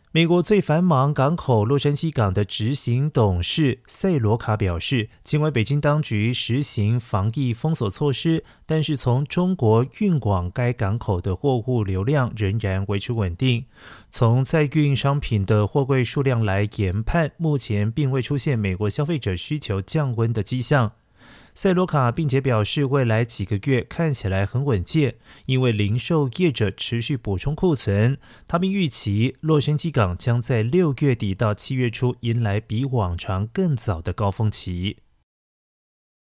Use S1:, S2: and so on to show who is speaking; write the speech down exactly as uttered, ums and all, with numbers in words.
S1: 美国最繁忙港口洛杉矶港的执行董事塞罗卡表示，尽管北京当局实行防疫封锁措施，但是从中国运往该港口的货物流量仍然维持稳定。从载运商品的货柜数量来研判，目前并未出现美国消费者需求降温的迹象。塞罗卡并且表示，未来几个月看起来很稳健，因为零售业者持续补充库存。他并预期洛杉矶港将在六月底到七月初迎来比往常更早的高峰期。